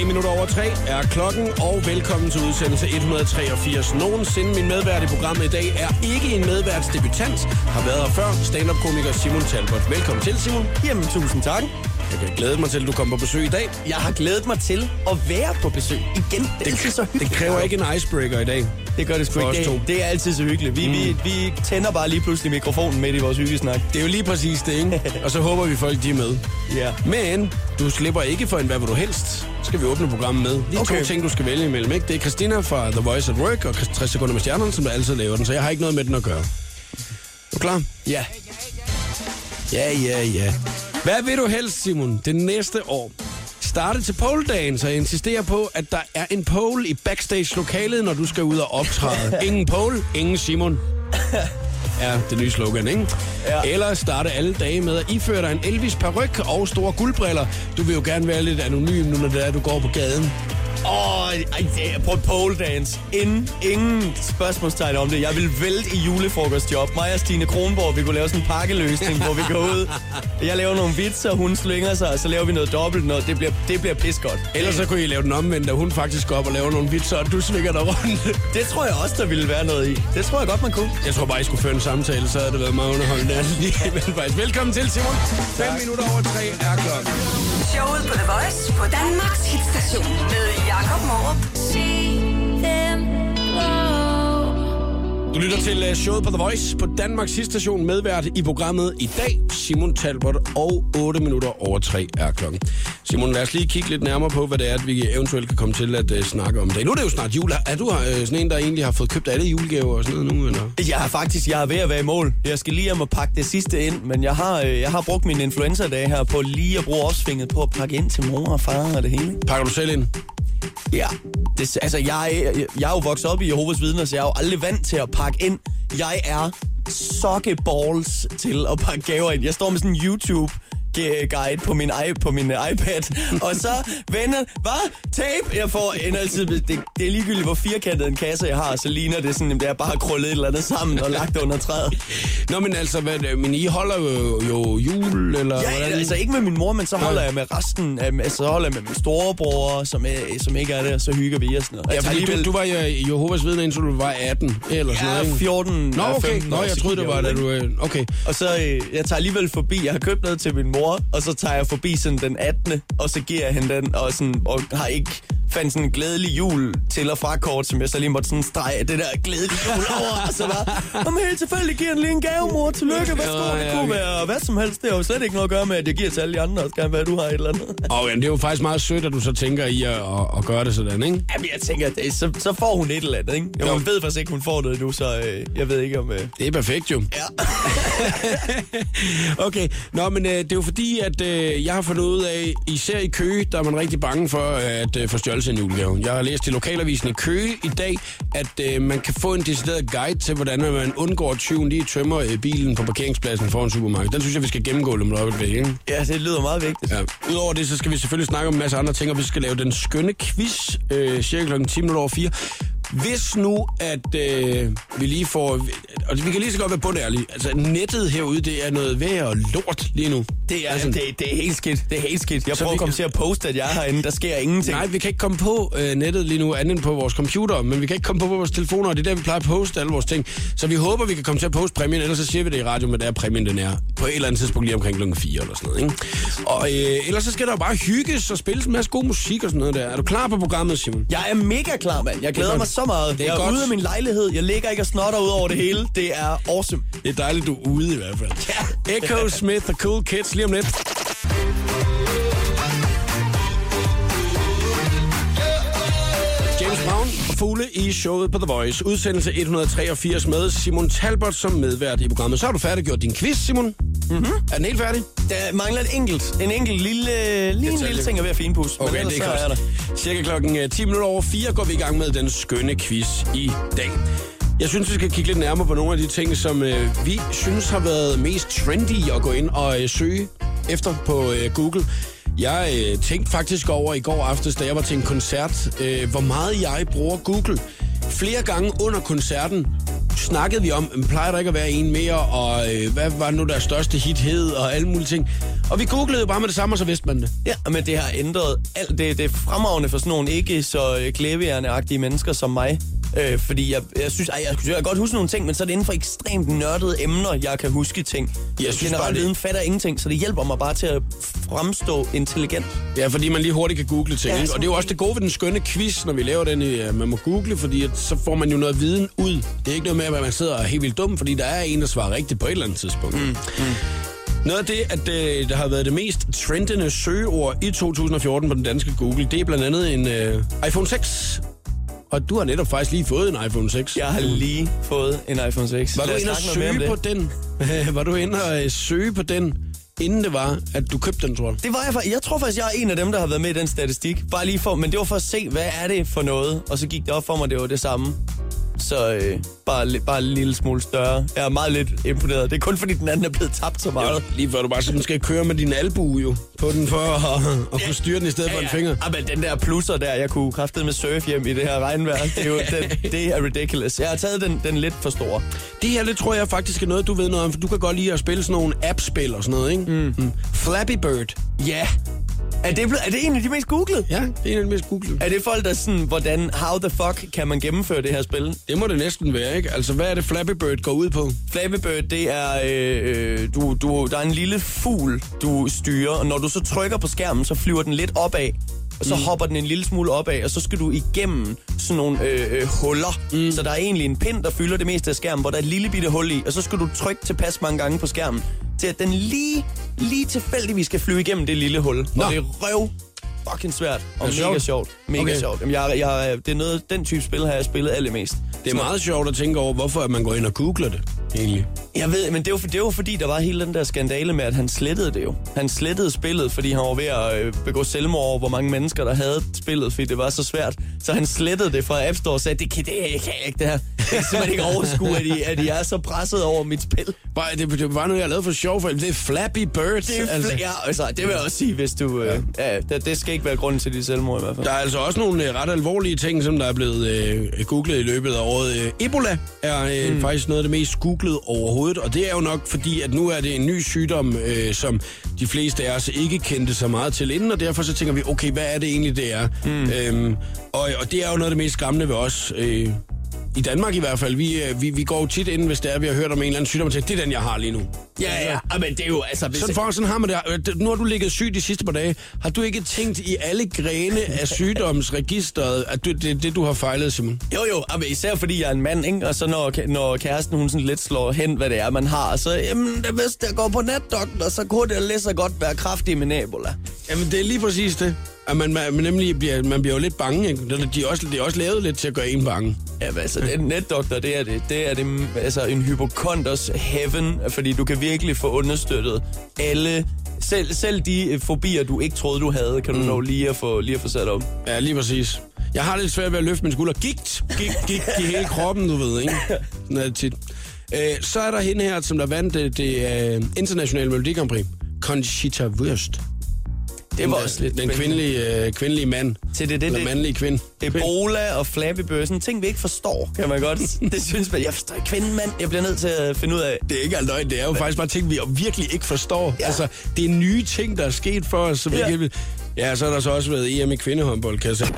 3:03 er klokken, og velkommen til udsendelse 183 nogensinde. Min medvært i programmet i dag er ikke en medværtsdebutant, har været her før, stand-up-komiker Simon Talbot. Velkommen til, Simon. Jamen, tusind tak. Jeg kan glæde mig til, at du kommer på besøg i dag. Jeg har glædet mig til at være på besøg igen. Det er så hyggeligt. Det kræver ikke en icebreaker i dag. Det gør det sgu ikke. Det er altid så hyggeligt. Vi tænder bare lige pludselig mikrofonen midt i vores hyggesnak. Det er jo lige præcis det, ikke? Og så håber vi, folk de er med. Ja. Men du slipper ikke for en hvad vil du helst. Skal vi åbne programmet med. De to ting, du skal vælge imellem, ikke? Det er Christina fra The Voice at Work og 60 sekunder med stjernerne, som der altid laver den. Så jeg har ikke noget med den at gøre. Er du klar? Ja. Ja. Hvad vil du helst, Simon, det næste år? Starte til poledagen, så jeg insisterer på, at der er en pole i backstage-lokalet, når du skal ud og optræde. Ingen pole, ingen Simon. Ja, det nye slogan, ikke? Ja. Eller starte alle dage med at iføre dig en Elvis-paryk og store guldbriller. Du vil jo gerne være lidt anonym nu, når det er, du går på gaden. Prøv pole dance. Ingen spørgsmålstegn om det. Jeg vil vælte i julefrokostjob. Mig og Stine Kronborg, vi kunne lave sådan en pakkeløsning, hvor vi går ud. Jeg laver nogle vitser, hun slynger sig, og så laver vi noget dobbelt noget. Det bliver pissegodt. Ellers så kunne I lave den omvendt, og hun faktisk går op og laver nogle vitser, og du svinger dig rundt. Det tror jeg også, der ville være noget i. Det tror jeg godt, man kunne. Jeg tror bare, I skulle føre en samtale, så havde det været meget underholdende. Velkommen til, Simon. 3:05 er klokken. Showet på The Voice på Danmarks hitstation med Jakob Morup. Du lytter til showet på The Voice på Danmarks hitstation. Medvært i programmet i dag, Simon Talbot, og 3:08 er klokken. Simon, lad os lige kigge lidt nærmere på, hvad det er, at vi eventuelt kan komme til at snakke om det. Nu er det jo snart jul. Er du sådan en, der egentlig har fået købt alle julegaver og sådan noget nu? Eller? Jeg er ved at være i mål. Jeg skal lige hjem og pakke det sidste ind, men jeg har brugt min influencer-dag her på lige at bruge opsvinget på at pakke ind til mor og far og det hele. Pakker du selv ind? Ja, jeg er jo vokset op i Jehovas Vidner, så jeg er jo aldrig vant til at pakke ind. Jeg er sokkeballs til at pakke gaver ind. Jeg står med sådan en YouTube-guide på min iPad, og så venner, tape? Jeg får altid, det er ligegyldigt, hvor firkantet en kasse jeg har, så ligner det sådan, at jeg bare har krøllet et eller andet sammen og lagt det under træet. Nå, men altså, men I holder jo jul, eller ja, hvordan? Altså ikke med min mor, men så holder jeg med resten, så holder jeg med min storebror, som ikke er det, og så hygger vi og sådan noget. Ja, fordi du var i Jehovas Vidner, indtil du var 18, eller sådan noget, ikke? 14. Nå, okay. 15 Nå, jeg troede, det var, da du... Okay. Og så, jeg tager alligevel forbi, jeg har købt noget til min mor, og så tager jeg forbi sådan den 18. og så giver jeg hende den, og har ikke fandt sådan en glædelig jul til og fra kort, som jeg så lige måtte sådan strege det der glædelige jul over, og så bare, helt tilfældigt giver lige en gave, mor, tillykke, værsgo, det kunne være hvad som helst, det har jo slet ikke noget at gøre med, at jeg giver til alle de andre, og skal være, du har et eller andet. Ja, det er jo faktisk meget sødt, at du så tænker i at gøre det sådan, ikke? Jamen, jeg tænker, at så får hun et eller andet, ikke? Jo, hun ved faktisk ikke, hun får det nu, så jeg ved ikke om... Det er perfekt, jo. Ja. Okay, nå, men det er jo fordi, at jeg har fundet ud af, især i Køge, der er man rigtig bange for at få stjålet sin julegave. Jeg har læst i lokalavisen i Køge i dag, at man kan få en decideret guide til, hvordan man undgår tyven lige tømmer bilen på parkeringspladsen foran supermarkedet. Den synes jeg, vi skal gennemgå lidt øjeblik, ikke? Ja, det lyder meget vigtigt. Ja. Udover det, så skal vi selvfølgelig snakke om en masse andre ting, og vi skal lave den skønne quiz cirka klokken 10:04. Hvis nu, at vi lige får... Og vi kan lige så godt være bundærlige. Altså, nettet herude, det er noget værd og lort lige nu. Det er helt skidt. Det er helt skidt. Jeg prøver at komme til at poste, at jeg er herinde. Der sker ingenting. Nej, vi kan ikke komme på nettet lige nu, andet end på vores computer. Men vi kan ikke komme på vores telefoner, og det er der, vi plejer at poste alle vores ting. Så vi håber, vi kan komme til at poste præmien. Ellers så siger vi det i radio, men der præmien den er på et eller andet tidspunkt lige omkring klokken 4 eller sådan noget, ikke? Og ellers så skal der jo bare hygges og spilles en masse god musik og sådan noget der. Er du klar på programmet, Simon? Jeg er mega klar, mand. Jeg glæder mig så meget. Jeg er ude af min lejlighed. Jeg ligger ikke og snotter ud over det hele. Det er awesome. Det er dejligt, du er ude i hvert fald. Ja. Echo Smith og Cool Kids lige om lidt. James Brown og Fugle i showet på The Voice. Udsendelse 183 med Simon Talbot som medvært i programmet. Så har du færdiggjort din quiz, Simon. Mm-hmm. Er den helt færdig? Der mangler en enkelt lille ting at være finpus. Okay, det er godt. Cirka klokken 10:04 går vi i gang med den skønne quiz i dag. Jeg synes, vi skal kigge lidt nærmere på nogle af de ting, som vi synes har været mest trendy at gå ind og søge efter på Google. Jeg tænkte faktisk over i går aftes, da jeg var til en koncert, hvor meget jeg bruger Google. Flere gange under koncerten snakkede vi om, plejer der ikke at være en mere, og hvad var nu deres største hit hed, og alle mulige ting. Og vi googlede jo bare med det samme, og så vidste man det. Ja, men det har ændret alt. Det er fremragende for sådan nogle ikke så glævehjerne-agtige mennesker som mig. Fordi jeg synes, jeg kan godt huske nogle ting, men så er det inden for ekstremt nørdede emner, jeg kan huske ting. Jeg synes generelt viden fatter ingenting, så det hjælper mig bare til at fremstå intelligent. Ja, fordi man lige hurtigt kan google ting. Ja, og det er jo også det gode ved den skønne quiz, når vi laver den, man må google, fordi så får man jo noget viden ud. Det er ikke noget med, at man sidder helt vildt dum, fordi der er en, der svarer rigtigt på et eller andet tidspunkt. Noget af det, at der har været det mest trendende søgeord i 2014 på den danske Google, det er blandt andet en iPhone 6. Og du har netop faktisk lige fået en iPhone 6. Jeg har lige fået en iPhone 6. Var du inde og søge på den? Var du inde og søge på den, inden det var, at du købte den, tror du? Det var jeg tror faktisk, jeg er en af dem, der har været med i den statistik. Bare lige for, men det var for at se, hvad er det for noget? Og så gik det op for mig, det var det samme. Så bare en lille smule større. Jeg er meget lidt imponeret. Det er kun fordi, den anden er blevet tabt så meget. Jo, lige før du bare sådan skal køre med din albue jo på den for at kunne styre den i stedet for en finger. Ja, men den der plusser der, jeg kunne kraftedeme med surf hjem i det her regnvejr. Det er jo det er ridiculous. Jeg har taget den lidt for store. Det her, det tror jeg faktisk er noget, du ved noget om, for du kan godt lide at spille sådan nogle app-spil og sådan noget, ikke? Flappy Bird. Ja. Er det en af de mest googlede? Ja, det er en af de mest googlede. Er det folk, der sådan, how the fuck kan man gennemføre det her spil? Det må det næsten være, ikke? Altså, hvad er det Flappy Bird går ud på? Flappy Bird, det er, der er en lille fugl, du styrer, og når du så trykker på skærmen, så flyver den lidt opad, og så hopper den en lille smule opad, og så skal du igennem sådan nogle huller. Så der er egentlig en pind, der fylder det meste af skærmen, hvor der er et lille bitte hul i, og så skal du trykke tilpas mange gange på skærmen, til at den lige tilfældigvis skal flyve igennem det lille hul. Nå. Og det er røv fucking svært og mega sjovt. Mega sjovt. Jamen, det er noget, den type spil har jeg spillet allermest. Det er meget sjovt at tænke over, hvorfor man går ind og googler det, egentlig. Jeg ved, men det var fordi, der var hele den der skandale med, at han slettede det jo. Han slettede spillet, fordi han var ved at begå selvmord over, hvor mange mennesker, der havde spillet, fordi det var så svært. Så han slettede det fra App Store og sagde, det kan jeg ikke det her. Jeg kan simpelthen ikke overskue, at I er så presset over mit spil. Det var noget, jeg lavede for sjov, for det er Flappy Bird. Det vil jeg også sige, hvis du... det skal ikke være grunden til de selvmord i hvert fald. Der er altså også nogle ret alvorlige ting, som der er blevet googlet i løbet af året. Ebola er faktisk noget af det mest googlede overhovedet, og det er jo nok fordi, at nu er det en ny sygdom, som de fleste af os ikke kendte så meget til inden, og derfor så tænker vi, okay, hvad er det egentlig, det er? Og det er jo noget af det mest skræmmende ved os. I Danmark i hvert fald, vi går jo tit ind, hvis det er, vi har hørt om en eller anden sygdom, og tænker, det er den, jeg har lige nu. Ja, men det er jo altså... Sådan har man det. Nu har du ligget syg de sidste par dage. Har du ikke tænkt i alle grene af sygdomsregisteret, at det du har fejlet, Simon? Jo, men især fordi jeg er en mand, ikke? Og så når kæresten, hun sådan lidt slår hen, hvad det er, man har, så hvis jeg går på natdoktor, så kunne det lige så godt være kraftig med Ebola. Jamen, det er lige præcis det. At man bliver jo lidt bange, ikke? De er også lavet lidt til at gøre en bange. Ja, altså, den netdoktor, det er altså en hypokonders heaven, fordi du kan virkelig få understøttet alle, selv de fobier, du ikke troede, du havde, kan du nå lige at få sat op. Ja, lige præcis. Jeg har lidt svært ved at løfte min skulder. Gigt i hele kroppen, du ved, ikke? Sådan er det tit. Så er der hende her, som der vandt det internationale Melodi Grand Prix. Conchita Wurst. Det var også lidt den kvindelige mand. Til det eller mandlige kvinde. Ebola og Flappy Bird, sådan ting vi ikke forstår, kan man godt. Det synes man, jeg forstår kvinden, mand. Jeg bliver nødt til at finde ud af. Det er ikke alt løgn, det er jo faktisk bare ting, vi virkelig ikke forstår. Ja. Altså, det er nye ting, der er sket for os. Så så har der så også været EM i kvindehåndbold, kan jeg sige.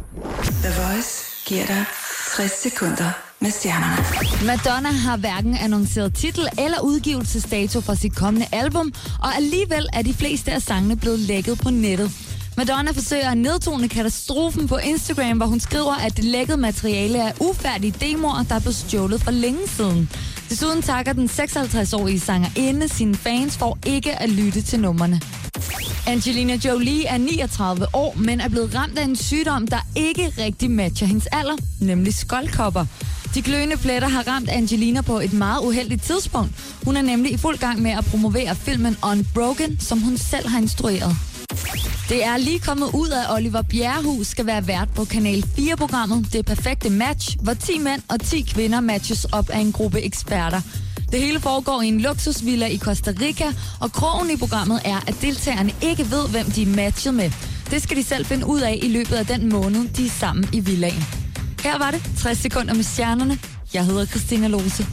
The Voice giver dig 60 sekunder med stjernerne. Madonna har hverken annonceret titel eller udgivelsesdato for sit kommende album, og alligevel er de fleste af sangene blevet lækket på nettet. Madonna forsøger at nedtone katastrofen på Instagram, hvor hun skriver, at det lækkede materiale er ufærdige demoer, der er blevet stjålet for længe siden. Desuden takker den 56-årige sangerinde sine fans for ikke at lytte til numrene. Angelina Jolie er 39 år, men er blevet ramt af en sygdom, der ikke rigtig matcher hendes alder, nemlig skoldkopper. De glødende pletter har ramt Angelina på et meget uheldigt tidspunkt. Hun er nemlig i fuld gang med at promovere filmen Unbroken, som hun selv har instrueret. Det er lige kommet ud af, at Oliver Bjerrehus skal være vært på Kanal 4-programmet Det Perfekte Match, hvor 10 mænd og 10 kvinder matches op af en gruppe eksperter. Det hele foregår i en luksusvilla i Costa Rica, og krogen i programmet er, at deltagerne ikke ved, hvem de er matchet med. Det skal de selv finde ud af i løbet af den måned, de er sammen i villaen. Her var det 60 sekunder med stjernerne. Jeg hedder Christina Lose.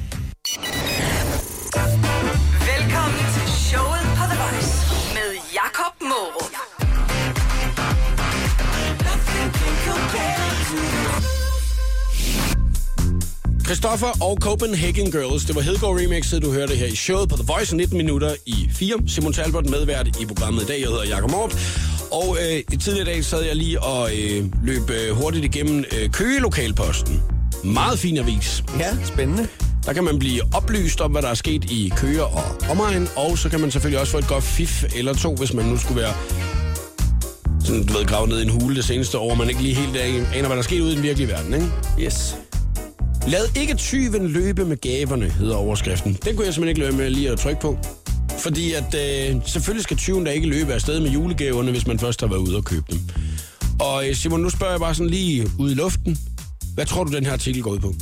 Velkommen til showet på The Voice med Jakob Morup. Christoffer og Copenhagen Girls. Det var Hedegaard remixet, du hørte her i showet på The Voice, 19 minutter i 4. Simon Talbot medvært i programmet i dag. Jeg hedder Jakob Morup. Og tidligere i dag sad jeg lige og løb hurtigt igennem Køge Lokalposten. Meget fin avis. Ja, spændende. Der kan man blive oplyst om, hvad der er sket i Køge og omegn. Og så kan man selvfølgelig også få et godt fif eller to, hvis man nu skulle være sådan, du ved, gravet ned i en hule det seneste år, man ikke lige helt aner, hvad der er sket ude i den virkelige verden, ikke? Yes. Lad ikke tyven løbe med gaverne, hedder overskriften. Den kunne jeg simpelthen ikke løbe med lige at trykke på. Fordi at selvfølgelig skal tyven da ikke løbe afsted med julegaverne, hvis man først har været ude og købe dem. Og Simon, nu spørger jeg bare sådan lige ud i luften. Hvad tror du, den her artikel går ud på?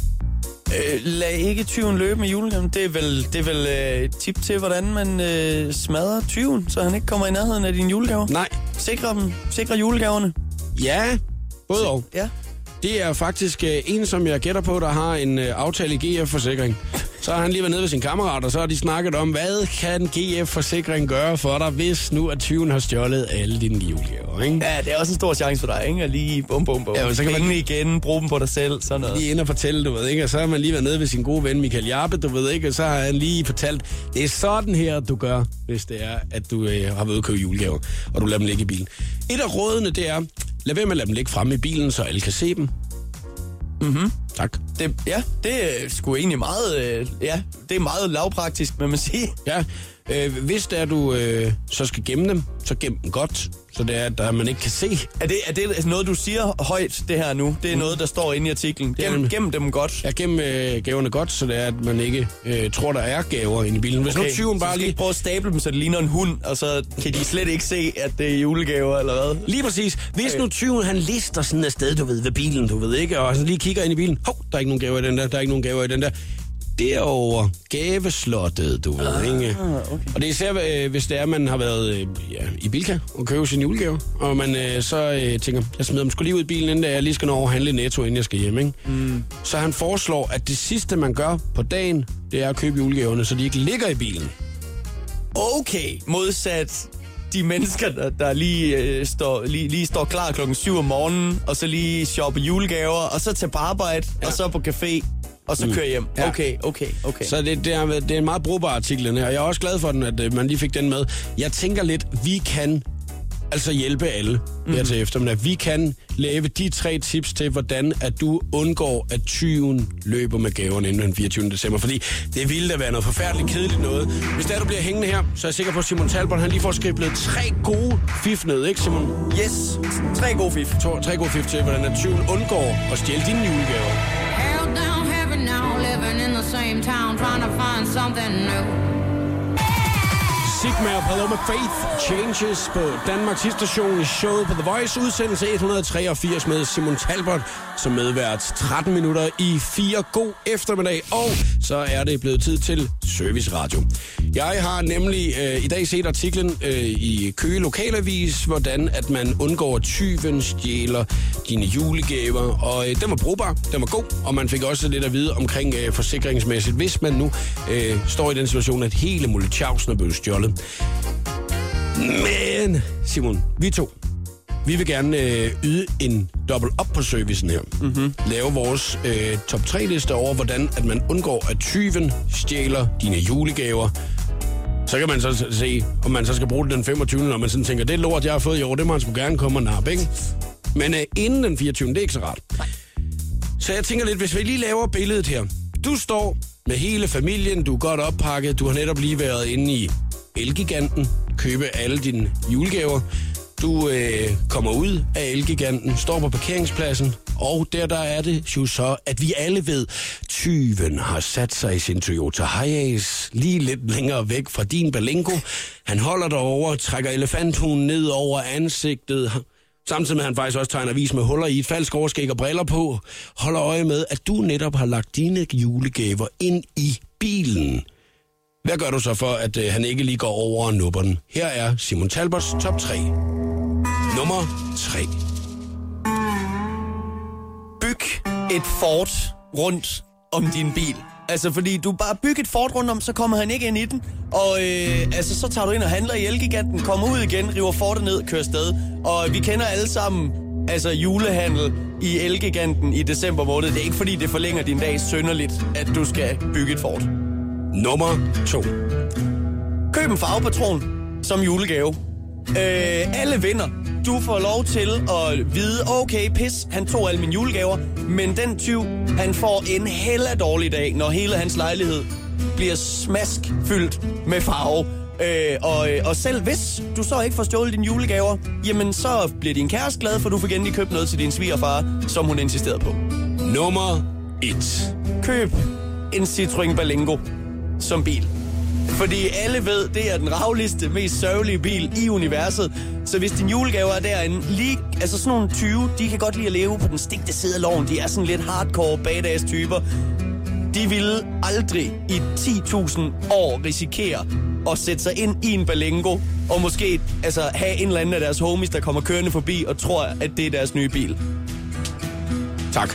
Lad ikke tyven løbe med julegaven. Det er vel et tip til, hvordan man smadrer tyven, så han ikke kommer i nærheden af dine julegaver. Nej. Sikre julegaverne. Ja, både og. Ja. Det er faktisk en, som jeg gætter på, der har en aftale i GF-forsikring. Så har han lige været nede ved sin kammerat, og så har de snakket om, hvad kan GF-forsikring gøre for dig, hvis nu at tyven har stjålet alle dine julegaver, ikke? Ja, det er også en stor chance for dig, ikke? At lige bum. Ja, så kan man igen, bruge dem på dig selv, sådan noget. Lige ind og fortælle, du ved ikke, og så har man lige været nede ved sin gode ven Michael Jarpe, du ved ikke, og så har han lige fortalt, det er sådan her, du gør, hvis det er, at du har været ude at købe julegaver, og du lader dem ligge i bilen. Et af rådene, det er, lad være med at lade dem ligge fremme i bilen, så alle kan se dem. Mhm. Tak. Det er sgu egentlig meget, det er meget lavpraktisk, vil man sige. Ja, hvis det er, du så skal gemme dem, så gem dem godt, så det er, at man ikke kan se. Er det noget, du siger højt, det her nu? Det er noget, der står inde i artiklen. Gem dem godt. Ja, gem gaverne godt, så det er, at man ikke tror, der er gaver inde i bilen. Hvis nu tyven bare lige prøve at stable dem, så det ligner en hund, og så kan de slet ikke se, at det er julegaver, eller hvad? Lige præcis. Hvis nu tyven, han lister sådan et sted, du ved, ved bilen, du ved ikke, og så lige kigger ind i bilen. Hov, der er ikke nogen gaver i den der, der er ikke nogen gaver i den der. Derover gaveslottet, du ved, ikke? Okay. Og det er især, hvis det er, man har været i Bilka og købe sin julegave, og man så tænker, jeg smider dem sgu lige ud i bilen, inden jeg lige skal nå over handle Netto, inden jeg skal hjem, ikke? Mm. Så han foreslår, at det sidste, man gør på dagen, det er at købe julegaverne, så de ikke ligger i bilen. Okay, modsat de mennesker, der lige står klar klokken 7 om morgenen, og så lige shoppe julegaver, og så tage på arbejde, og så på café, og så køre hjem. Ja. Okay. Så det er en meget brugbar artikel, den her. Og jeg er også glad for den, at man lige fik den med. Jeg tænker lidt, vi kan altså hjælpe alle her til eftermiddag. Vi kan lave de 3 tips til, hvordan at du undgår, at tyven løber med gaverne inden den 24. december. Fordi det ville da være noget forfærdeligt kedeligt noget. Hvis der du bliver hængende her, så er jeg sikker på, at Simon Talbot, han lige får skriblet 3 gode fif ned, ikke Simon? Yes, 3 gode fif. 3 gode fif til, hvordan at tyven undgår at stjæle dine julegaver. Held down heaven now, living in the same town, trying to find something new. Sigma og Paloma Faith Changes på Danmarks hitstation i showet på The Voice, udsendelse 183 med Simon Talbot som medvært. 13 minutter i 4. God eftermiddag, og så er det blevet tid til Service Radio. Jeg har nemlig i dag set artiklen i Køge Lokalavis, hvordan at man undgår, at tyven stjæler dine julegaver, og den var brugbar, den var god, og man fik også lidt at vide omkring forsikringsmæssigt, hvis man nu står i den situation, at hele Mulletjavsen er blevet stjålet. Men, Simon, vi vil gerne yde en dobbelt op på servicen her. Mm-hmm. Lave vores top 3-liste over, hvordan at man undgår, at tyven stjæler dine julegaver. Så kan man så se, om man så skal bruge den 25. Når man sådan tænker, det er lort, jeg har fået i år, det må man sgu gerne komme og nappe, ikke? Men inden den 24. det er ikke så rart. Så jeg tænker lidt, hvis vi lige laver billedet her. Du står med hele familien, du er godt oppakket, du har netop lige været inde i Elgiganten, købe alle dine julegaver. Du kommer ud af Elgiganten, står på parkeringspladsen, og der er det jo så, at vi alle ved, tyven har sat sig i sin Toyota Hiace lige lidt længere væk fra din Berlingo. Han holder derovre, trækker elefanthunden ned over ansigtet, samtidig med, at han faktisk også tegner vis med huller i et falsk overskæg og briller på, holder øje med, at du netop har lagt dine julegaver ind i bilen. Hvad gør du så for, at han ikke lige går over og nupper den? Her er Simon Talbots top 3. Nummer 3. Byg et fort rundt om din bil. Altså, fordi du bare bygger et Ford rundt om, så kommer han ikke ind i den. Og så tager du ind og handler i Elgiganten, kommer ud igen, river Fordet ned, kører afsted. Og vi kender alle sammen julehandel i Elgiganten i december måned. Det er ikke fordi, det forlænger din dag synderligt, at du skal bygge et Ford. Nummer 2. Køb en farvepatron som julegave. Alle vinder. Du får lov til at vide, okay, pis, han tog alle mine julegaver, men den tyv, han får en hella dårlig dag, når hele hans lejlighed bliver smaskfyldt med farve. Og selv hvis du så ikke får stjålet dine julegaver, jamen så bliver din kæreste glad, for du fik endelig købt noget til din svigerfar, som hun insisterede på. Nummer 1. Køb en Citroën Berlingo som bil. Fordi alle ved, det er den ravligste, mest sørgelige bil i universet. Så hvis din julegave er derinde, sådan nogle 20, de kan godt lide at leve på den stigte side af loven. De er sådan lidt hardcore, badass typer. De ville aldrig i 10.000 år risikere at sætte sig ind i en Berlingo, og måske have en eller anden af deres homies, der kommer kørende forbi og tror, at det er deres nye bil. Tak.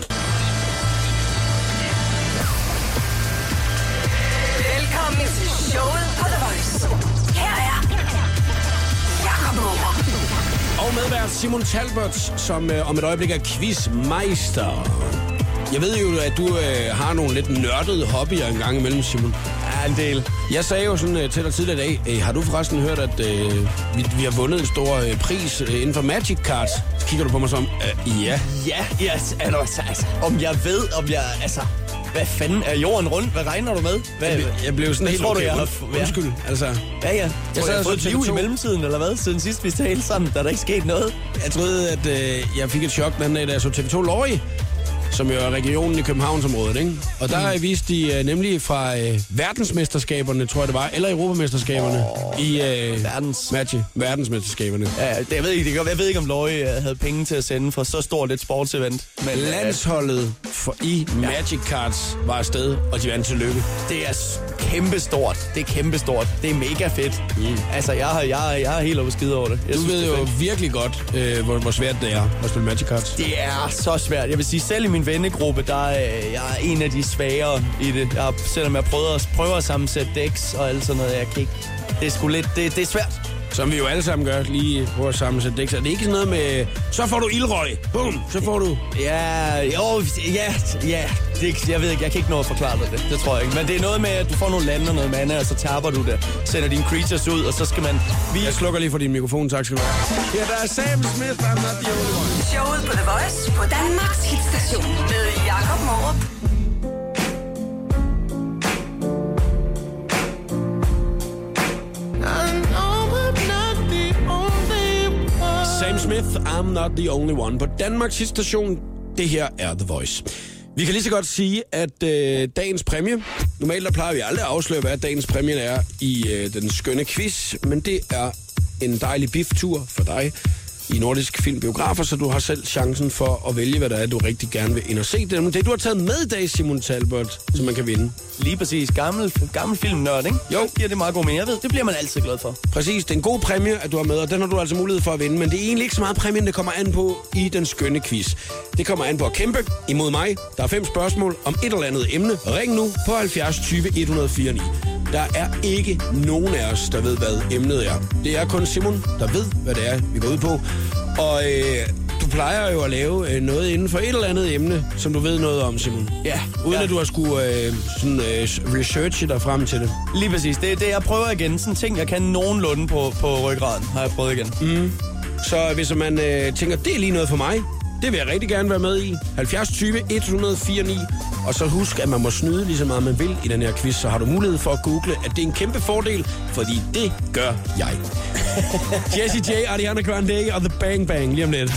Velkommen til showet på The Voice. Her er Jakob Morup. Og medvært Simon Talbot, som om et øjeblik er quizmeister. Jeg ved jo, at du har nogle lidt nørdede hobbyer en gang imellem, Simon. Ja, en del. Jeg sagde jo sådan til dig tidligere i dag, har du forresten hørt, at vi har vundet en stor pris inden for Magic Cards? Så kigger du på mig som, ja. Ja, yes, om jeg ved, hvad fanden er jorden rundt? Hvad regner du med? Jeg blev sådan helt tror, okay. Undskyld, altså. Ja. Jeg tror, jeg har fået et liv i mellemtiden, eller hvad? Siden sidst vi talte sammen, der er der ikke sket noget. Jeg troede, at jeg fik et chok den anden dag, da jeg så TV2 Lorry, som jo er regionen i Københavnsområdet, ikke? Og der viste de nemlig fra verdensmesterskaberne, tror jeg det var, eller europamesterskaberne i verdensmesterskaberne. Ja, jeg ved ikke, om Løje havde penge til at sende for så stort et sportsevent. Men landsholdet i Magic Cards var afsted, og de vandt til lykke. Det er kæmpestort. Det er kæmpestort. Det er mega fedt. Altså, jeg er helt oppe skide over det. Du ved jo virkelig godt, hvor svært det er at spille Magic Cards. Det er så svært. Jeg vil sige, selv i min vennegruppe, jeg er en af de svagere i det. Selvom jeg prøver at sammensætte decks og alt sådan noget, jeg kan ikke. Det er sgu lidt, det er svært. Som vi jo alle sammen gør, lige prøver at sammensætte decks. Er det ikke sådan noget med, så får du ildrøg, bum, så får du... Ja. Jeg ved ikke, jeg kan ikke nå at forklare dig det tror jeg ikke. Men det er noget med, at du får nogle lande og noget mana, og så tapper du det. Sender dine creatures ud, og så skal man... Jeg slukker lige for din mikrofon, tak skal du have. Ja, der er Sam Smith, I'm not the only one. Showet på The Voice på Danmarks hitstation med Jakob Morup. Sam Smith, I'm not the only one. På Danmarks hitstation, det her er The Voice. Vi kan lige så godt sige, at dagens præmie... Normalt der plejer vi aldrig at afsløre, hvad dagens præmie er i den skønne quiz. Men det er en dejlig biftur for dig i Nordisk Filmbiografer, så du har selv chancen for at vælge, hvad der er, du rigtig gerne vil ind og se. Det du har taget med i dag, Simon Talbot, som man kan vinde. Lige præcis. Gammel filmnørd, ikke? Jo. Det er meget god mening. Jeg ved, det bliver man altid glad for. Præcis. Det er en god præmie, at du har med, og den har du altså mulighed for at vinde. Men det er egentlig ikke så meget præmien, det kommer an på i den skønne quiz. Det kommer an på at kæmpe imod mig. Der er 5 spørgsmål om et eller andet emne. Ring nu på 70 20 104 9. Der er ikke nogen af os, der ved, hvad emnet er. Det er kun Simon, der ved, hvad det er, vi går ud på. Og du plejer jo at lave noget inden for et eller andet emne, som du ved noget om, Simon. Ja. Uden at du har skulle researche dig frem til det. Lige præcis. Det er det, jeg prøver igen. Sådan ting, jeg kan nogenlunde på ryggraden, har jeg prøvet igen. Så hvis man tænker, det er lige noget for mig, det vil jeg rigtig gerne være med i. 70 20 104 9. Og så husk, at man må snyde lige så meget man vil i den her quiz, så har du mulighed for at google, at det er en kæmpe fordel, fordi det gør jeg. Jessie J, Ariana Grande og The Bang Bang lige om lidt.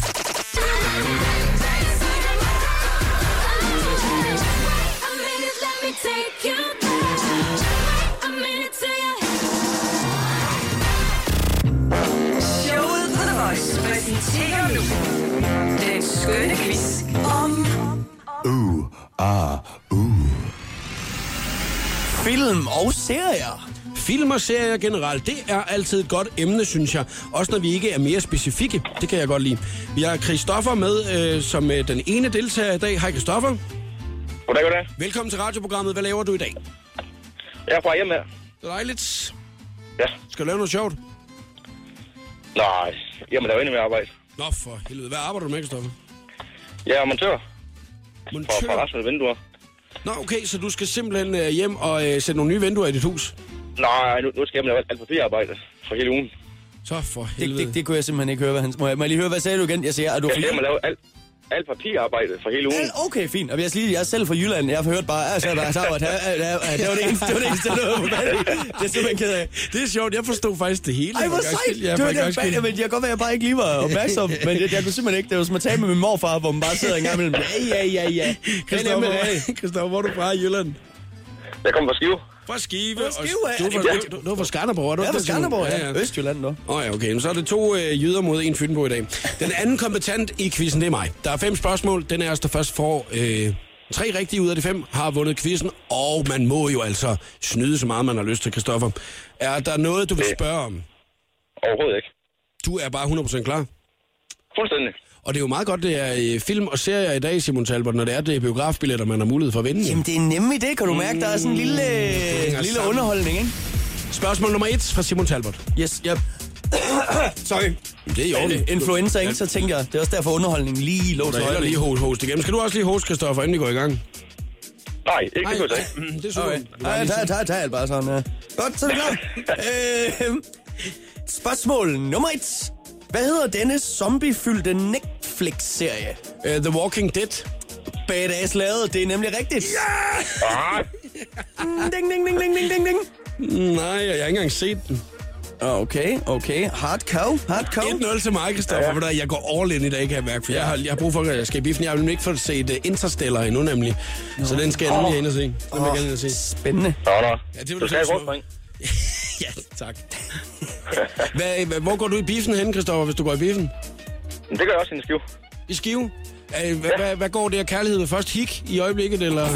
Showet på The Voice præsenterer nu den skønne quiz om... Film og serier. Film og serier generelt, det er altid et godt emne, synes jeg. Også når vi ikke er mere specifikke. Det kan jeg godt lide. Vi har Christoffer med som den ene deltager i dag. Hej Christoffer. Goddag. Velkommen til radioprogrammet. Hvad laver du i dag? Jeg er fra hjemme her. Det er dejligt. Ja. Skal du lave noget sjovt? Nej, jamen der er jo endnu mere arbejde. Nå, for helvede. Hvad arbejder du med, Kristoffer? Jeg er montør. Montør? For resten af vinduer. Nå, okay, så du skal simpelthen hjem og sætte nogle nye vinduer i dit hus? Nej, nu skal jeg lave alt papirarbejde for hele ugen. Så for helvede. Det kunne jeg simpelthen ikke høre, hvad han... Må jeg lige høre, hvad sagde du igen? Jeg siger, er du... Jeg skal hjem og lave alt papirarbejde for hele ugen. Okay, fint. Og jeg er selv fra Jylland. Jeg har hørt bare, det var det eneste, det er simpelthen ked af. Det er sjovt, jeg forstod faktisk det hele. Ej, hvor sejt! Men jeg kan godt være, jeg bare ikke lige var opmærksom. Men jeg kunne simpelthen ikke. Det var som at tale med min morfar, hvor man bare sidder en gang imellem. Ja. Kristoffer, hvor er du fra i Jylland? Jeg kommer fra Skive. Fra Skive. Du er fra Skanderborg, er du? Jeg er fra Skanderborg, ja. Østjylland, nu. Ja, okay. Så er det 2 jyder mod en fynbo i dag. Den anden kompetent i quizzen, det er mig. Der er 5 spørgsmål. Den er der først får 3 rigtige ud af de 5, har vundet quizzen. Og man må jo altså snyde så meget, man har lyst til, Kristoffer. Er der noget, du vil spørge om? Overhovedet ikke. Du er bare 100% klar? Fuldstændig. Og det er jo meget godt, det er film og serier i dag, Simon Talbot, når det er biografbilletter, man har mulighed for at vinde. Jamen, det er nemlig det, kan du mærke. Der er sådan en lille underholdning, ikke? Spørgsmål nummer 1 fra Simon Talbot. Yes, yep. Sorry. Det er jo influenza, ikke? Så tænker jeg, det er også derfor underholdningen lige lå til højre. Lige host igennem. Skal du også lige host, Kristoffer, inden vi går i gang? Nej, ikke det kunne jeg ikke. Det er super. Okay. Tag bare sådan, ja. Godt, så er vi klar. Spørgsmål nummer 1. Hvad hedder denne zombie-fyldte Netflix-serie? The Walking Dead. Badass lavet, det er nemlig rigtigt. Ja! Ding, ding, ding, ding, ding, ding, ding. Nej, jeg har ikke engang set den. Okay. Hardcore. 1-0 til mig, Kristoffer. Ja. Jeg går all in i dag, kan jeg mærke. For jeg har brug for, at jeg skal i biffen. Jeg har ikke fået set Interstellar endnu, nemlig. Så den skal jeg nemlig ind og se. Den vil jeg gerne ind og se. Spændende. Ja, det vil du skal have ja, tak. Hvor går du i biffen hen, Kristoffer, hvis du går i biffen? Det gør jeg også i Skive. I Skive? Hvad går det af kærlighed ved først hik i øjeblikket, eller?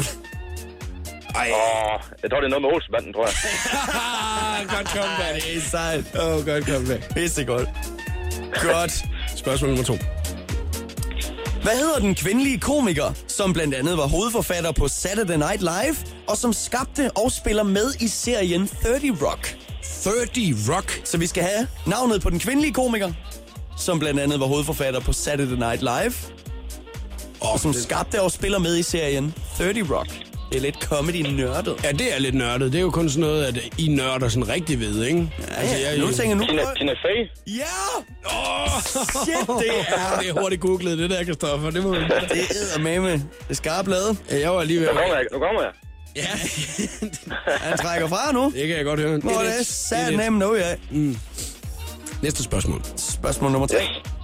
Jeg tror, det er noget med Olsenbanden, tror jeg. Godt comeback. Det er sejt. Godt comeback. Pisse godt. Godt. Spørgsmål nummer 2. Hvad hedder den kvindelige komiker, som blandt andet var hovedforfatter på Saturday Night Live, og som skabte og spiller med i serien 30 Rock? 30 Rock? Så vi skal have navnet på den kvindelige komiker, som blandt andet var hovedforfatter på Saturday Night Live, og som skabte og spiller med i serien 30 Rock. Det er lidt comedy-nørdet. Ja, det er lidt nørdet. Det er jo kun sådan noget, at I nørder sådan rigtig ved, ikke? Ja, nu tænker nu... Tina Fey? Ja! Shit, det er... Det er hurtigt googlet, det der, Kristoffer. Det må man... Det er med. Det er skarpt lavet. Ja, jeg var lige ved... Nu kommer jeg. Ja. Han trækker fra nu. Det kan jeg godt høre. Nå, det er sat nemt nu, ja. Næste spørgsmål. Spørgsmål nummer 3.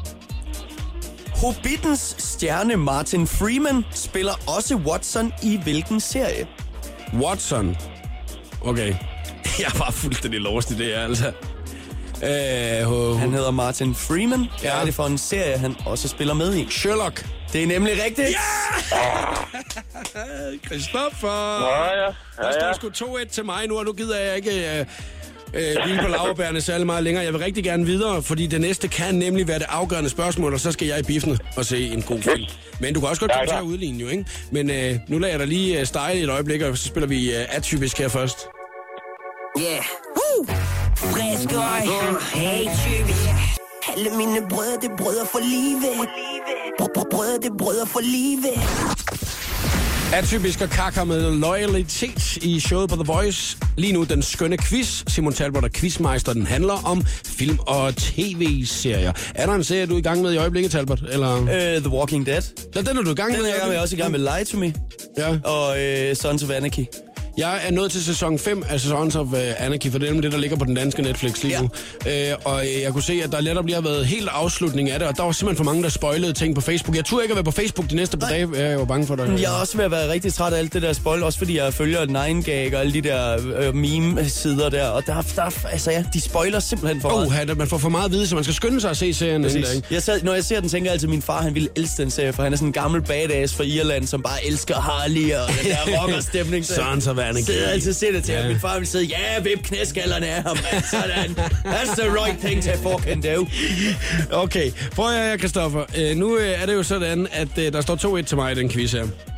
Hobbitens stjerne Martin Freeman spiller også Watson i hvilken serie? Watson. Okay. Jeg er bare fuldstændig lost i det her, altså. Han hedder Martin Freeman. Ja. Hvad er det for en serie, han også spiller med i? Sherlock. Det er nemlig rigtigt. Ja! Kristoffer. Ja. Der står sgu 2-1 til mig nu, og nu gider jeg ikke... hvile på laurbærene særlig meget længere. Jeg vil rigtig gerne videre, fordi det næste kan nemlig være det afgørende spørgsmål, og så skal jeg i biffen og se en god film. Men du kan også godt komme til at udligne jo, ikke? Men nu lader jeg dig lige stege et øjeblik, og så spiller vi atypisk her først. Yeah. Frisk øj. Hey, typisk. Alle mine brødre, det brødre for livet. Brødre, det brødre for livet. Atypisk og Kaka med loyalitet i showet på The Voice. Lige nu den skønne quiz. Simon Talbot er quizmeister. Den handler om film- og tv-serier. Er der en serie, du er i gang med i øjeblikket, Talbot? Eller? The Walking Dead. Den er du i gang med? Den er jeg også i gang med Lie to Me. Ja. Og Sons of Anarchy. Jeg er nået til sæson 5 af Sons of Anarchy, for det er det, der ligger på den danske Netflix lige nu. Og jeg kunne se, at der netop lige har været helt afslutning af det, og der var simpelthen for mange, der spoilede ting på Facebook. Jeg turde ikke at være på Facebook de næste par dage, jeg var bange for det. Jeg er også ved at være rigtig træt af alt det der spoil, også fordi jeg følger 9gag og alle de der meme-sider der, og de spoiler simpelthen for meget. Man får for meget at vide, så man skal skynde sig at se serien. Når jeg ser den, tænker jeg altid, at min far han ville elske den serie, for han er sådan en gammel badass fra Irland, som bare elsker Harley og den der rockerstemning. Sons of Anarchy. Sidder altid sætter til, at min far vil sidde, vip knæskallerne af ham, sådan. That's the right thing to fucking do. Okay, prøv at høre, Kristoffer. Nu er det jo sådan, at der står 2-1 til mig i den quiz her.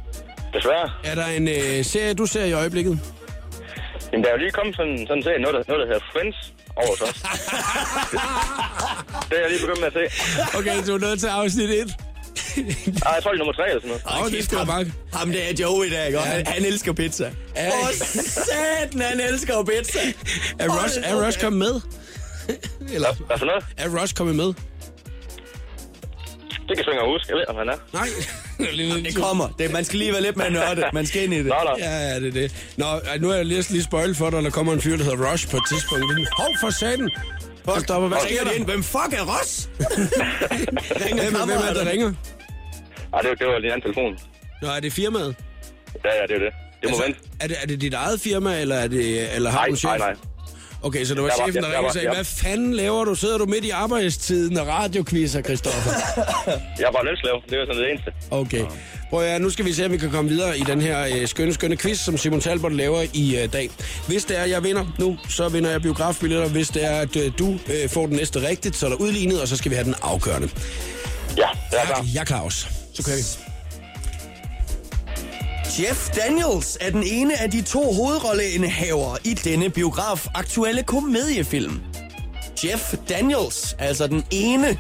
Desværre. Er der en serie, du ser i øjeblikket? Jamen, der er jo lige kommet sådan en serie, noget der hedder Friends over os også. Det er jeg lige begyndt med at se. Okay, du er nødt til afsnit 1. Jeg tror, det er nummer 3 eller sådan noget. Det skal jeg bare. Ham der er Joe i dag, ja. Han elsker pizza. Satan, han elsker jo pizza. Er Rush kommet med? Eller Hvad for noget? er Rush kommet med? Det kan jeg ikke huske. Jeg ved, om han er. Nej. Det kommer. Man skal lige være lidt mere nørdet. Man skal ind i det. Nå. Ja, det er det. Nå, nu er jeg lige spoilet for dig, og der kommer en fyr, der hedder Rush på et tidspunkt. Hov, for satan! Hvad sker der? Hvem fuck er Ross? Hvem er der ringer? Ej, det var lige en telefon. Nå, er det firmaet? Ja, det er det. Det må vente. Er det dit eget firma, eller har du en chef? Nej. Okay, så det var chefen, der ringede og sagde, hvad fanden laver du? Sidder du midt i arbejdstiden og radioquizzer, Christoffer? Jeg er bare lønslav. Det er sådan det eneste. Okay. Prøv at nu skal vi se, om vi kan komme videre i den her skønne quiz, som Simon Talbot laver i dag. Hvis det er, jeg vinder nu, så vinder jeg biografbilletter. Hvis det er, at du får den næste rigtigt, så er der udlignet, og så skal vi have den afgørende. Ja, det er klar. Jeg er klar også. Så kører vi. Jeff Daniels er den ene af de 2 hovedrolleindehavere i denne biograf-aktuelle komediefilm. Jeff Daniels, altså den ene.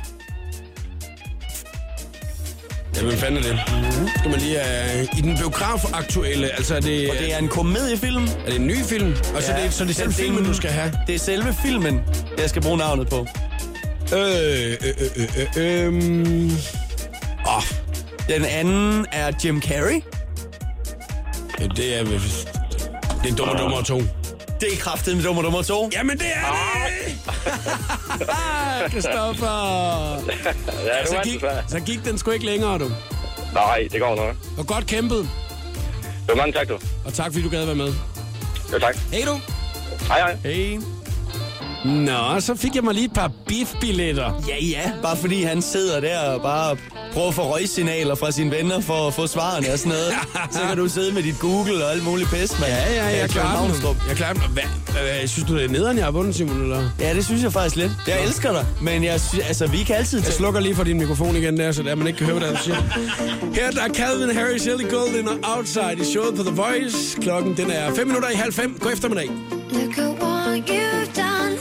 Ja, hvem fanden er det? Skal man lige i den biograf-aktuelle, altså er det... Og det er en komediefilm. Er det en ny film? Og så, så det er selve filmen, du skal have? Det er selve filmen, jeg skal bruge navnet på. Den anden er Jim Carrey. Det er Dummer 2. Det er kraftigt med Dummer 2. Jamen, det er det! Christoffer! Ja, så gik den sgu ikke længere, du. Nej, det går nok. Og godt kæmpet. Jo, mange tak, du. Og tak, fordi du gad være med. Jo, tak. Hej du. Hej. Hey. Nå, så fik jeg mig lige et par beef-billetter. Ja, bare fordi han sidder der og bare prøver at få røgsignaler fra sine venner for at få svarene og sådan noget. Så kan du sidde med dit Google og alt muligt pest, mand. Ja, jeg klarer den. Hvad, synes du, det er nederen, jeg har vundet, Simon, eller? Ja, det synes jeg faktisk lidt. Jeg elsker dig, men vi kan altid... Jeg slukker lige for din mikrofon igen der, så der man ikke kan høre, hvad du siger. Her der er Calvin Harris, Ellie Goulding og Outside i showet på The Voice. Klokken den er 5:05. God eftermiddag. Look at what you've done.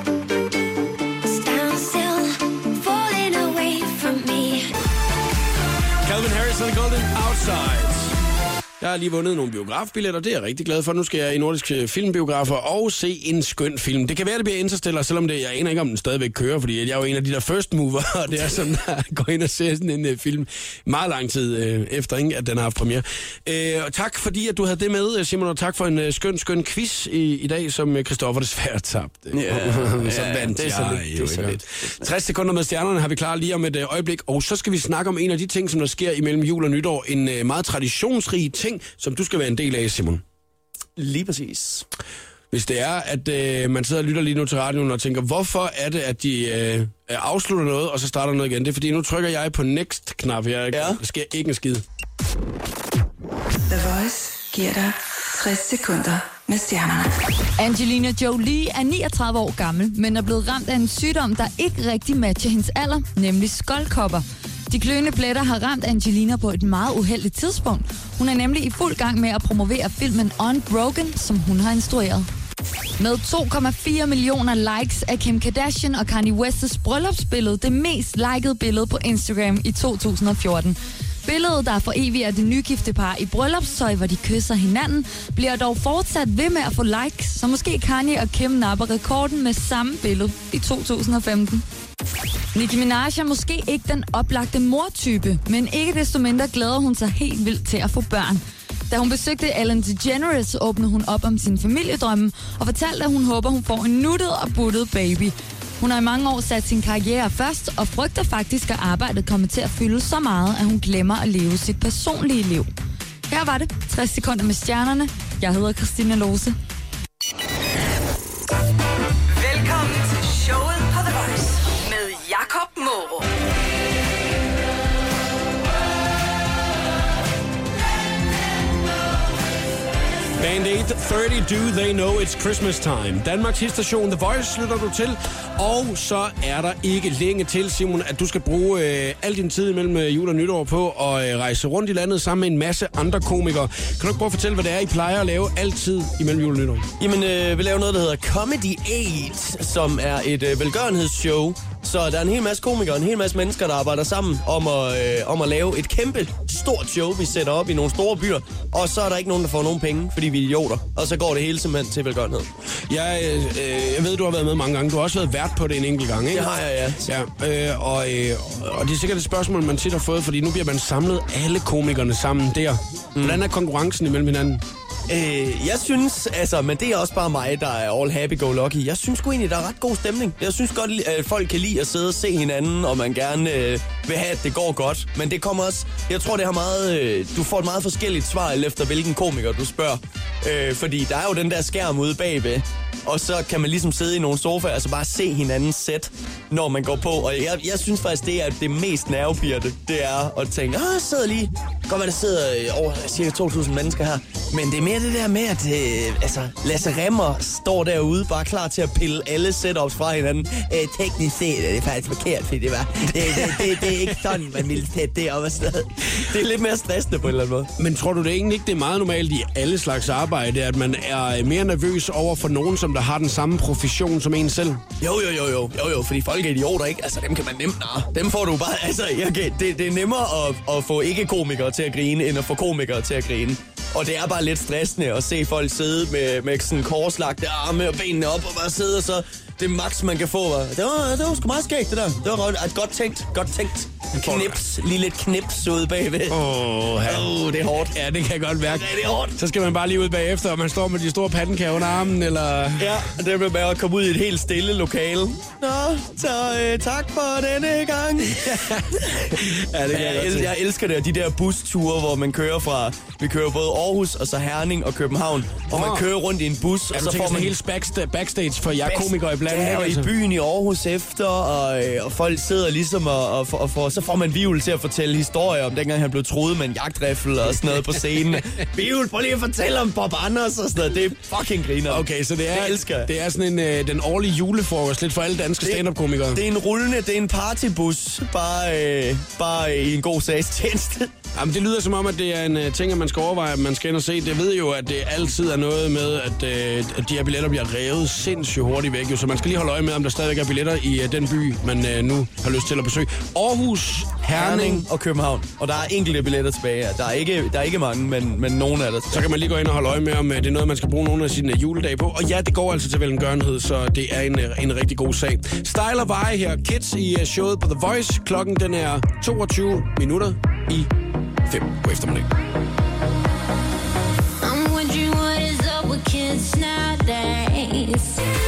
Stand still, falling away from me. Calvin Harris og Golden Outside. Jeg har lige vundet nogle biografbilletter, det er jeg rigtig glad for. Nu skal jeg i nordiske filmbiografer og se en skøn film. Det kan være, det bliver Interstellar, selvom jeg aner ikke, om den stadigvæk kører, fordi jeg er jo en af de der first mover, og det er sådan, der går ind og ser sådan en film meget lang tid efter, ikke, at den har haft premiere. Og tak fordi, at du havde det med, Simon, og tak for en skøn quiz i dag, som Christoffer desværre tabte. Så vandt jeg. 60 sekunder med stjernerne har vi klar lige om et øjeblik, og så skal vi snakke om en af de ting, som der sker imellem jul og nytår. En meget traditionsrig ting, som du skal være en del af, Simon. Lige præcis. Hvis det er, at man sidder og lytter lige nu til radioen og tænker, hvorfor er det, at de afslutter noget, og så starter noget igen? Det er fordi, nu trykker jeg på next-knap. Der sker ikke en skid. The Voice giver dig 60 sekunder med stjernerne. Angelina Jolie er 39 år gammel, men er blevet ramt af en sygdom, der ikke rigtig matcher hendes alder, nemlig skoldkopper. De kløende pletter har ramt Angelina på et meget uheldigt tidspunkt. Hun er nemlig i fuld gang med at promovere filmen Unbroken, som hun har instrueret. Med 2,4 millioner likes er Kim Kardashian og Kanye Wests bryllupsbillede det mest likede billede på Instagram i 2014. Billedet, der foreviger det nygifte par i bryllupstøj, hvor de kysser hinanden, bliver dog fortsat ved med at få likes, så måske Kanye og Kim napper rekorden med samme billede i 2015. Nicki Minaj er måske ikke den oplagte mortype, men ikke desto mindre glæder hun sig helt vildt til at få børn. Da hun besøgte Ellen DeGeneres, åbnede hun op om sin familiedrømme og fortalte, at hun håber, hun får en nuttet og buttet baby. Hun har i mange år sat sin karriere først og frygter faktisk, at arbejdet kommer til at fylde så meget, at hun glemmer at leve sit personlige liv. Her var det 60 sekunder med stjernerne. Jeg hedder Christina Lose. Velkommen til showet på The Voice med Jakob Morup. Band 8, 30 Do They Know It's Christmas Time. Danmarks hitstation The Voice lytter du til. Og så er der ikke længe til, Simon, at du skal bruge al din tid mellem jul og nytår på at rejse rundt i landet sammen med en masse andre komikere. Kan du ikke prøve at fortælle, hvad det er, I plejer at lave altid imellem jul og nytår? Jamen, vi laver noget, der hedder Comedy Aid, som er et velgørenhedsshow. Så der er en hel masse komikere, en hel masse mennesker, der arbejder sammen om at lave et kæmpe stort show, vi sætter op i nogle store byer. Og så er der ikke nogen, der får nogen penge, fordi vi er idioter. Og så går det hele simpelthen til velgørenhed. Jeg ved, du har været med mange gange. Du har også været vært på det en enkelt gang, ikke? Det har jeg, ja. Og det er sikkert et spørgsmål, man tit har fået, fordi nu bliver man samlet alle komikerne sammen der. Hvordan er konkurrencen imellem hinanden? Jeg synes, men det er også bare mig, der er all happy-go-lucky. Jeg synes sgu egentlig, der er ret god stemning. Jeg synes godt, at folk kan lide at sidde og se hinanden, og man gerne vil have, at det går godt. Men det kommer også, jeg tror, det har meget, du får et meget forskelligt svar, efter hvilken komiker du spørger. Fordi der er jo den der skærm ude bagved, og så kan man ligesom sidde i nogle sofaer, og så bare se hinandens sæt, når man går på. Og jeg synes faktisk, det er det mest nervepirrende, det er at tænke, sidder lige, godt være, der sidder over cirka 2.000 mennesker her, men det er mere det der med, at Lasse Remmer står derude, bare klar til at pille alle setups fra hinanden. Teknisk set er det faktisk forkert, fordi det er ikke sådan, man ville sætte det op og sådan noget. Det er lidt mere stressende på en eller anden måde. Men tror du det egentlig ikke, det er meget normalt i alle slags arbejde, at man er mere nervøs over for nogen, som der har den samme profession som en selv? Jo, fordi folk er idioter, ikke? Altså, dem kan man nemt dem får du bare, det er nemmere at få ikke-komikere til at grine, end at få komikere til at grine. Og det er bare lidt stressende at se folk sidde med sådan korslagte arme og benene op og bare sidde, og så det max, man kan få. Det var sgu meget skægt, det der. Det var godt tænkt. Knips, lige lidt knips ude bagved. Det er hårdt. Ja, det kan jeg godt mærke. Det er hårdt. Så skal man bare lige ud bagefter, og man står med de store pandekager under armen, eller... Ja, det bliver bare at komme ud i et helt stille lokale. Nå, så tak for denne gang. Ja, det kan jeg elsker det, de der busture, hvor man kører fra... Vi kører både Aarhus, og så Herning og København. Og man kører rundt i en bus, og så får man... hele backstage for jer komikere iblandt. Ja, og i byen i Aarhus efter, og folk sidder ligesom så får man Vivl til at fortælle historier om dengang han blev truet med en jagtriffel og sådan noget på scenen. Vivl, prøv lige at fortælle om Bob Anders og sådan noget. Det er fucking griner. Okay, så det er sådan den årlige julefrokost lidt for alle danske stand-up-komikere. Det er en partybus, bare i en god sagstjeneste. Jamen, det lyder som om, at det er en ting, at man skal overveje, at man skal ind og se. Det ved jo, at det altid er noget med, at de her billetter bliver revet sindssygt hurtigt væk. Så man skal lige holde øje med, om der stadigvæk er billetter i den by, man nu har lyst til at besøge. Aarhus, Herning og København. Og der er enkelte billetter tilbage. Der er ikke mange, men nogle af det. Så kan man lige gå ind og holde øje med, om det er noget, man skal bruge nogle af sine juledage på. Og ja, det går altså til velgørenhed, så det er en rigtig god sag. Style og Veje her. Kids i showet på The Voice. Klokken den er 22 minutter i 5 på eftermiddag. I'm wondering what is up with kids nowadays.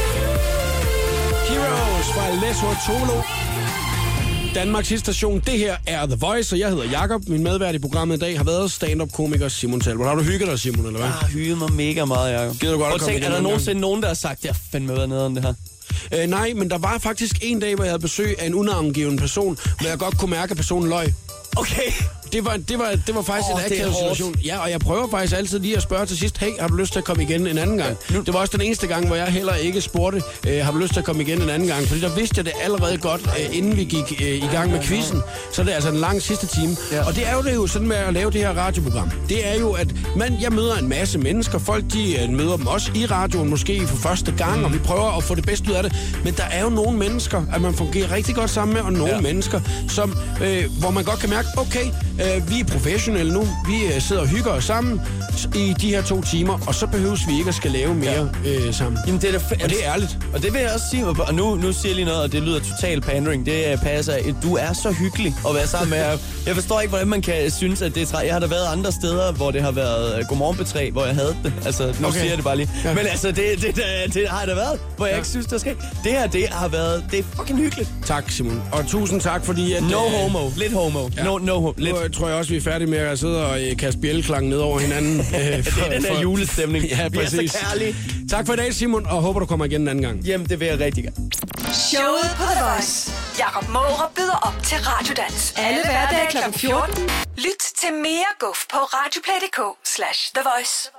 Heroes fra Lesso Tolo. Danmarks hitstation. Det her er The Voice, og jeg hedder Jakob. Min medvært i programmet i dag har været stand-up-komiker Simon Talbot. Har du hygget dig, Simon, eller hvad? Jeg har hygget mig mega meget, Jakob. Gider du godt at komme igen? Er der nogensinde nogen, der har sagt, jeg fandme været nede om det her? Nej, men der var faktisk en dag, hvor jeg havde besøg af en unavngiven person, hvor jeg godt kunne mærke, at personen løg. Okay. Det var faktisk en akavet situation. Ja, og jeg prøver faktisk altid lige at spørge til sidst, hey, har du lyst til at komme igen en anden gang? Ja, det var også den eneste gang, hvor jeg heller ikke spurgte, har du lyst til at komme igen en anden gang? Fordi der vidste jeg det allerede godt, inden vi gik i gang med quizzen. Så det er altså en lang sidste time. Ja. Og det er jo det jo sådan med at lave det her radioprogram. Det er jo, at jeg møder en masse mennesker. Folk, de møder dem også i radioen, måske for første gang, og vi prøver at få det bedste ud af det. Men der er jo nogle mennesker, at man fungerer rigtig godt sammen med, og nogle mennesker, som, hvor man godt kan mærke, okay, vi er professionelle nu. Vi sidder og hygger os sammen i de her 2 timer, og så behøves vi ikke at skal lave mere sammen. Jamen, det er og det er ærligt. Og det vil jeg også sige, og nu siger jeg lige noget, og det lyder total pandering. Det passer. Du er så hyggelig at være sammen med. Jeg forstår ikke, hvordan man kan synes, at det er træt. Jeg har da været andre steder, hvor det har været Godmorgen-betræ, hvor jeg havde det. Altså, nu siger jeg det bare lige. Ja. Men altså, det har jeg da været, hvor jeg ikke synes, der skal. Det her, det er fucking hyggeligt. Tak, Simon. Og tusind tak, fordi at... No homo. Lidt homo. Ja. No. Lidt. Nu tror jeg også, vi er færdige med at sidde og kaste bjælklang ned over hinanden. Det er den der julestemning. Ja, præcis. Vi er så kærlige. Tak for i dag, Simon, og håber, du kommer igen en anden gang. Jamen, det vil jeg rigtig gerne. Showet på The Voice. Jakob Mårup byder op til Radiodans. Alle hverdage kl. 14. Lyt til mere guf på radioplay.dk/The Voice.